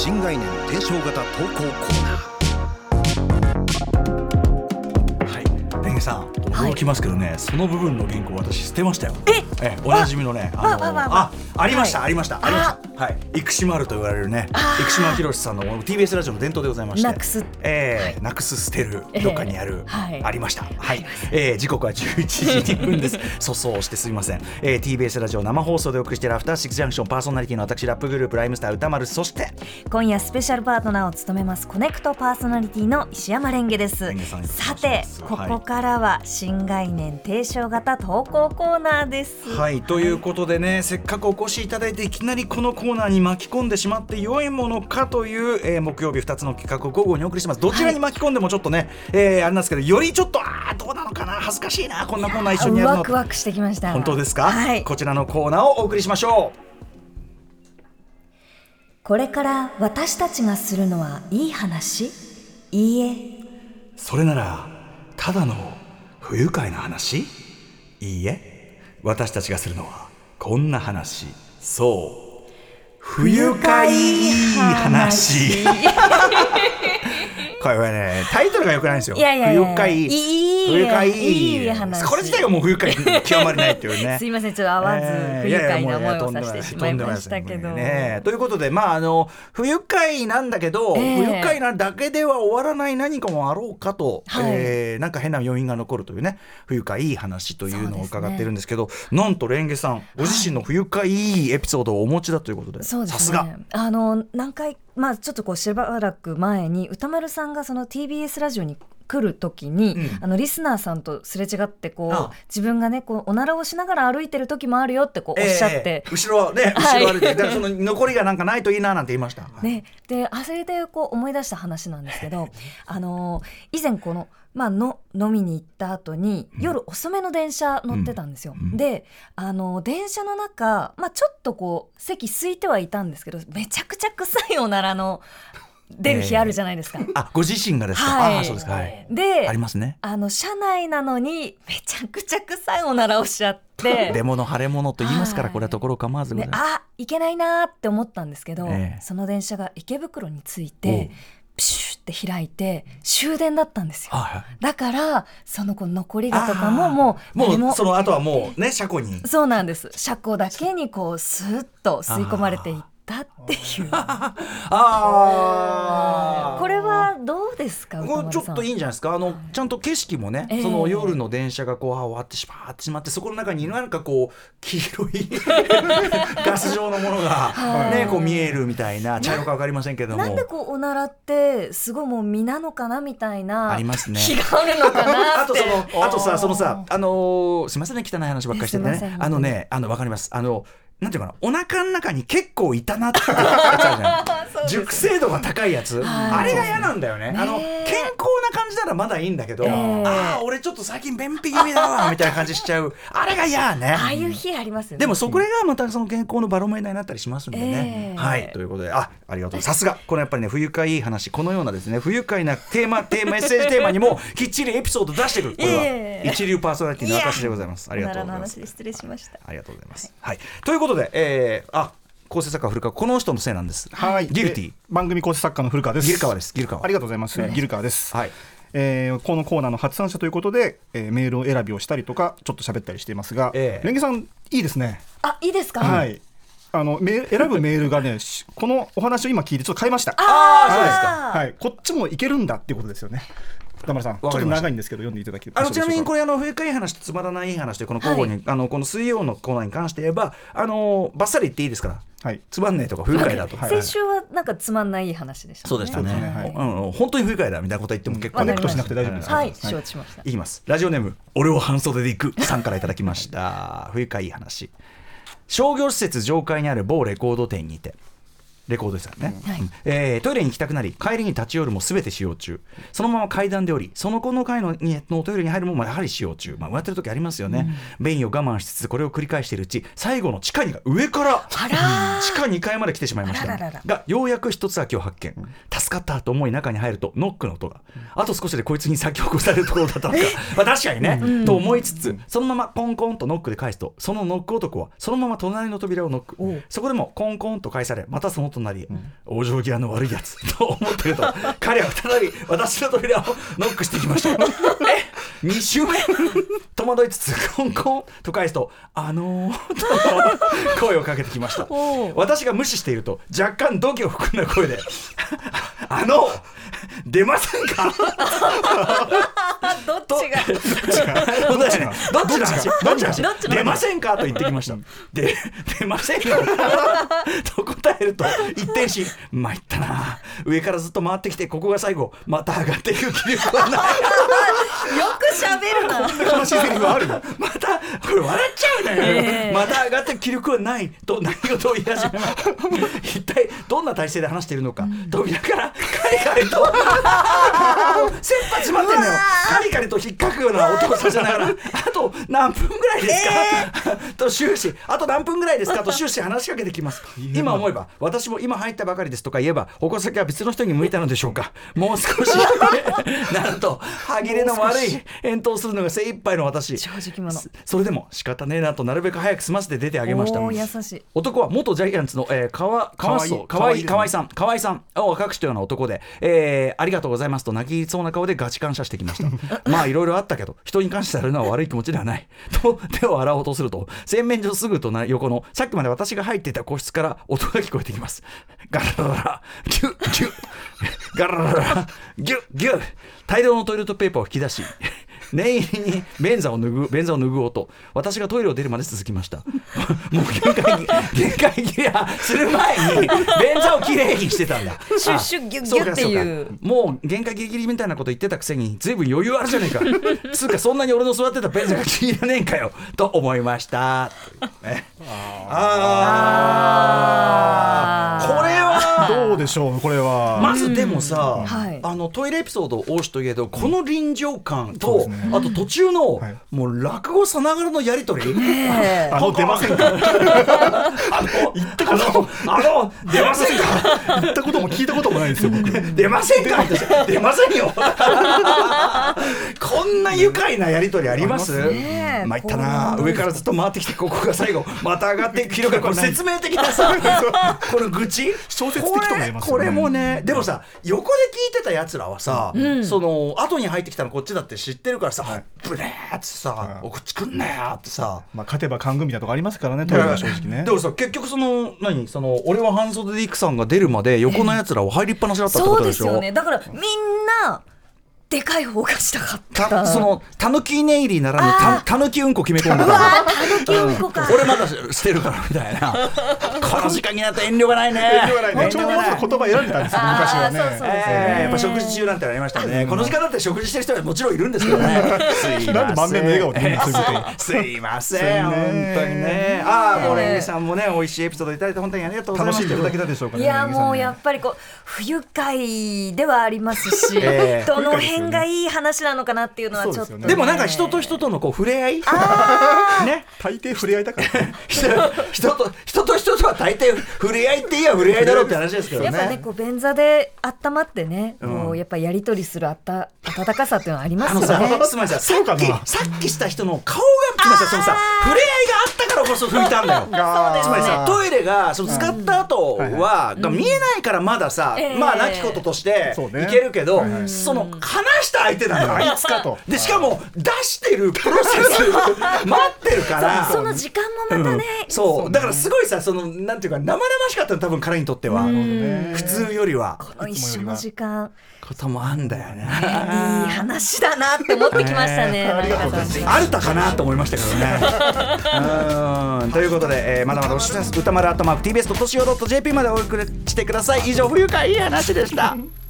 新概念提唱型投稿コーナー。レンゲさん、驚きますけどね、その部分の原稿私捨てましたよ。おなじみのね、ありました、ありました。はい、生島丸と言われるね、生島博さんの TBS ラジオの伝統でございまして、なくす捨てるどっかにある、ありました。はい、時刻は11時2分です。粗相してすみません。TBS ラジオ生放送でお送りしているアフターシックスジャンクション、パーソナリティの私ラップグループライムスター歌丸、そして今夜スペシャルパートナーを務めますコネクトパーソナリティの石山レンゲです。さて、ここからは新概念提唱型投稿コーナーです。 はい、ということでね、せっかくお越しいただいていきなりこのコーナーに巻き込んでしまって良いものかという、木曜日2つの企画を交互にお送りします。どちらに巻き込んでもちょっとね、あれなんですけど、よりちょっとどうなのかな、恥ずかしいな、こんなコーナー一緒にやるの。 ワクワクしてきました。 本当ですか、こちらのコーナーをお送りしましょう。 これから私たちがするのはいい話？いいえ。 それならただの不愉快な話？いいえ。私たちがするのはこんな話。そう、不愉快話。これはね、タイトルが良くないんですよ。不愉快、不愉快いい話。これ自体がもう不愉快極まりないっていうね。 すいません、ちょっと合わず不愉快な思いをさせてしまいましたけど。 ということで、不愉快なんだけど、不愉快なだけでは終わらない何かもあろうかと、なんか変な余韻が残るというね、不愉快いい話というのを伺ってるんですけど、なんとレンゲさん、ご自身の不愉快いいエピソードをお持ちだということで、さすが。 何回ちょっとこうしばらく前に歌丸さんがその TBS ラジオに来る時に、リスナーさんとすれ違って自分がねおならをしながら歩いてる時もあるよっておっしゃって、 後ろね、後ろ歩いて、だからその残りがなんかないといいななんて言いました。 でそれで思い出した話なんですけど、以前飲みに行った後に夜遅めの電車乗ってたんですよ。で電車の中、ちょっと席空いてはいたんですけど、めちゃくちゃ臭いおならの出る日あるじゃないですか。 ご自身がですか？そうですか。 で、 ありますね。 車内なのにめちゃくちゃ臭いおならをしちゃって出物腫れ物と言いますから、これはところ構わずございます。 いけないなって思ったんですけど、その電車が池袋に着いてピシュって開いて終電だったんですよ。だからその残りがとかもうその後はもうね、車庫に。 そうなんです。車庫だけにスーッと吸い込まれていってっていうこれはどうですか？ ちょっといいんじゃないですか。ちゃんと景色もね、その夜の電車が終わってしまって、そこの中になんか黄色いガス状のものがね、見えるみたいな、茶色か分かりませんけども、 なんでおならってすごいもう身なのかなみたいなありますね。 気があるのかなってあとさ、すいませんね、汚い話ばっかりしてね、分かります。なんていうかな、お腹の中に結構いたなってやつあるじゃん。熟成度が高いやつ、あれが嫌なんだよね。健康な感じならまだいいんだけど、俺ちょっと最近便秘気味だわみたいな感じしちゃう、あれが嫌ね。 ああいう日ありますよね。 でもそこがまたその健康のバロメーターになったりしますんでね。はい、ということで、ありがとう。さすが、このやっぱりね、不愉快いい話、このようなですね、不愉快なメッセージテーマにもきっちりエピソード出してくる、これは一流パーソナリティの証でございます。ありがとうございます。 失礼しました。 ありがとうございます。はい、ということで、構成作家古川、この人のせいなんです。ギルティ番組構成作家の古川です。 ギル川です。ギル川、 ありがとうございます。ギル川です。 はい。 このコーナーの発案者ということで、メールを選びをしたりとかちょっと喋ったりしていますが、レンゲさんいいですね。 いいですか？ はい。選ぶメールがねこのお話を今聞いてちょっと変えました。 そうですか。 はい。こっちもいけるんだっていうことですよね。田村さん、ちょっと長いんですけど読んでいただける。 ちなみにこれ不愉快い話とつまらないいい話で、この交互に、この水曜のコーナーに関して言えばバッサリ言っていいですから、はい、つまんねえとか不愉快だとか、 先週はなんかつまんないいい話でしたね。 そうでしたね。本当に不愉快だみたいなこと言っても結構コネクトしなくて大丈夫ですか？ はい、承知しました。 いきます。ラジオネーム俺を半袖で行くさんからいただきました不愉快いい話。商業施設上階にある某レコード店にて、レコードですからね、トイレに行きたくなり帰りに立ち寄るも全て使用中、そのまま階段で降りその子の階のトイレに入るもやはり使用中、埋まってる時ありますよね、便意を我慢しつつこれを繰り返しているうち、最後の地下2が上から地下2階まで来てしまいましたが、ようやく一つ空きを発見、助かったと思い中に入るとノックの音が、あと少しでこいつに先を越されるところだったのか確かにね、と思いつつそのままコンコンとノックで返すと、そのノック男はそのまま隣の扉をノック、そこでもコンコンと返され、またその隣隣へ、往生際の悪いやつと思ってると彼は再び私の扉をノックしてきました2周目戸惑いつつコンコンと返すとと声をかけてきました。私が無視していると若干度胸を含んだ声で出ませんかどっちがどっちの話出ませんかと言ってきました。で出ませんよと答えると一転し参ったな、上からずっと回ってきてここが最後、また上がっていく気力はないよく喋るなこんな悲しいセリフあるのまたこれ笑っちゃうね、また上がっていく気力はないと何事を言い始めました一体どんな体勢で話しているのか、扉からカリカリと切羽詰まってんのよ。カリカリと引っかくような音をさせながらあと何分ぐらいですか、と終始あと何分ぐらいですかと終始話しかけてきます。今思えば私も今入ったばかりですとか言えば矛先は別の人に向いたのでしょうか。もう少しなんと歯切れの悪い返答するのが精一杯の私、 正直者。 それでも仕方ねえなとなるべく早く済ませて出てあげました。 優しい。 男は元ジャイアンツの河合さんを隠したような男で、ありがとうございますと泣きそうな顔でガチ感謝してきましたまあいろいろあったけど人に感謝されるのは悪い気持ちではないと手を洗おうとすると洗面所すぐと横のさっきまで私が入っていた個室から音が聞こえてきます。ガラララギュッギュッガラララギュッギュッ、大量のトイレットペーパーを引き出し念入りに便座を脱ぐ音、私がトイレを出るまで続きましたもう限界切れする前に便座をきれいにしてたんだシュッシュッギュッギュッっていう、 もう限界ギリギリみたいなこと言ってたくせにずいぶん余裕あるじゃねえかつうかそんなに俺の座ってた便座が気に入らねえんかよと思いましたこれはどうでしょう。これはまずでもさ、トイレエピソード多しといえどこの臨場感と、あと途中の、もう落語さながらのやり取り、 出ませんか出ませんか言ったことも聞いたこともないんですよ僕出ませんかって出ませんよこんな愉快なやり取りあります？参ったな、上からずっと回ってきてここが最後また上がっていく広がる、これ説明的なさこの愚痴小説的とも言えますよね。 これもね、でもさ横で聞いてたやつらはさ、その後に入ってきたのこっちだって知ってるからさ、ブレーってさ、こっち来んなよってさ、 勝てば官軍みたいなとこありますからね、トイレは正直ね。 でもさ結局その俺は半袖で行くさんが出るまで横のやつらは入りっぱなしだったってことでしょ。 そうですよね。だからみんなでかい方がしたかった。 そのたぬき寝入りならぬたぬきうんこ決め込んでた。 たぬきうんこか。 俺まだしてるからみたいな。この時間になったら遠慮がないね。 遠慮がないね。ちょうど言葉選んでたんですよ昔はね。 やっぱ食事中なんてありましたね。この時間だって食事してる人はもちろんいるんですけどね。 なんで満面の笑顔で言うんですか。 すいません本当にね。モレンゲさんもね美味しいエピソードいただいて本当にありがとうございます。 楽しんでいただけたでしょうかね。 いやもうやっぱりこう不愉快ではありますし、どの辺がいい話なのかなっていうのはちょっと、 でもなんか人と人とのこう触れ合いね、 大抵触れ合いだから人と人とは大抵触れ合いって言えば触れ合いだろうって話ですけどね。 やっぱねこう便座で温まってね、こうやっぱやり取りする温かさっていうのはありますよね。 すみません、さっきした人の顔がつまりそのさ触れ合いがあったからこそ拭いたんだよ。つまりさトイレがその使った後はが見えないからまださ、まあなきこととしていけるけど、その話した相手なんだよ。 あいつかと。 でしかも出してるプロセス待ってるからその時間もまたね、 そうだからすごいさ、そのなんていうか生々しかったの多分彼にとっては普通よりはこの一緒の時間こともあんだよね。 いい話だなって思ってきましたね。 あるたかなと思いましたけどね。ということで、まだまだおします歌丸@tbs.co.jp までお送りしてください。以上不愉快いい話でした。